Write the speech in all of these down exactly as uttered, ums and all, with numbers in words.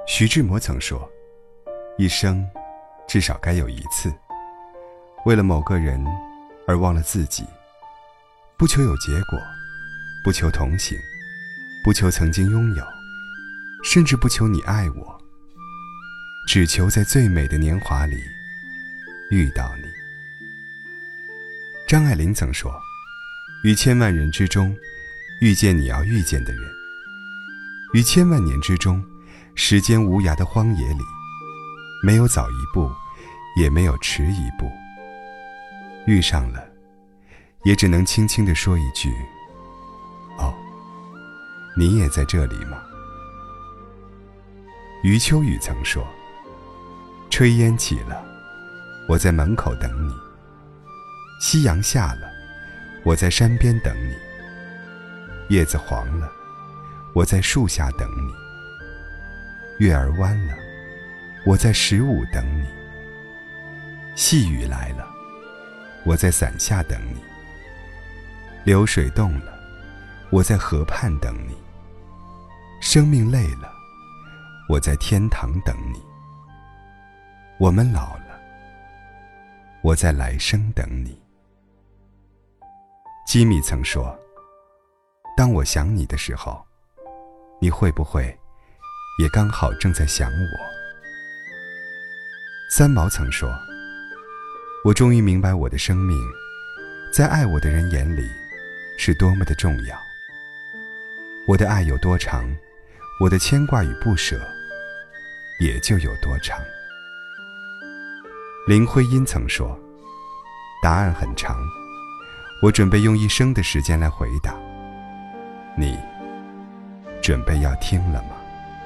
徐志摩曾说，一生至少该有一次，为了某个人而忘了自己，不求有结果，不求同行，不求曾经拥有，甚至不求你爱我，只求在最美的年华里遇到你。张爱玲曾说，于千万人之中遇见你要遇见的人，于千万年之中时间无涯的荒野里，没有早一步，也没有迟一步，遇上了也只能轻轻地说一句，哦，你也在这里吗？余秋雨曾说，炊烟起了，我在门口等你，夕阳下了，我在山边等你，叶子黄了，我在树下等你，月儿弯了，我在十五等你，细雨来了，我在伞下等你，流水动了，我在河畔等你，生命累了，我在天堂等你，我们老了，我在来生等你。基米曾说，当我想你的时候，你会不会也刚好正在想我？三毛曾说，我终于明白我的生命在爱我的人眼里是多么的重要，我的爱有多长，我的牵挂与不舍也就有多长。林徽因曾说，答案很长，我准备用一生的时间来回答，你准备要听了吗？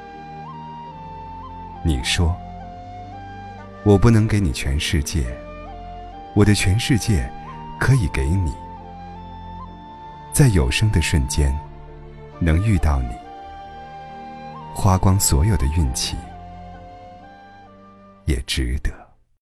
你说，我不能给你全世界，我的全世界可以给你，在有生的瞬间能遇到你，花光所有的运气也值得。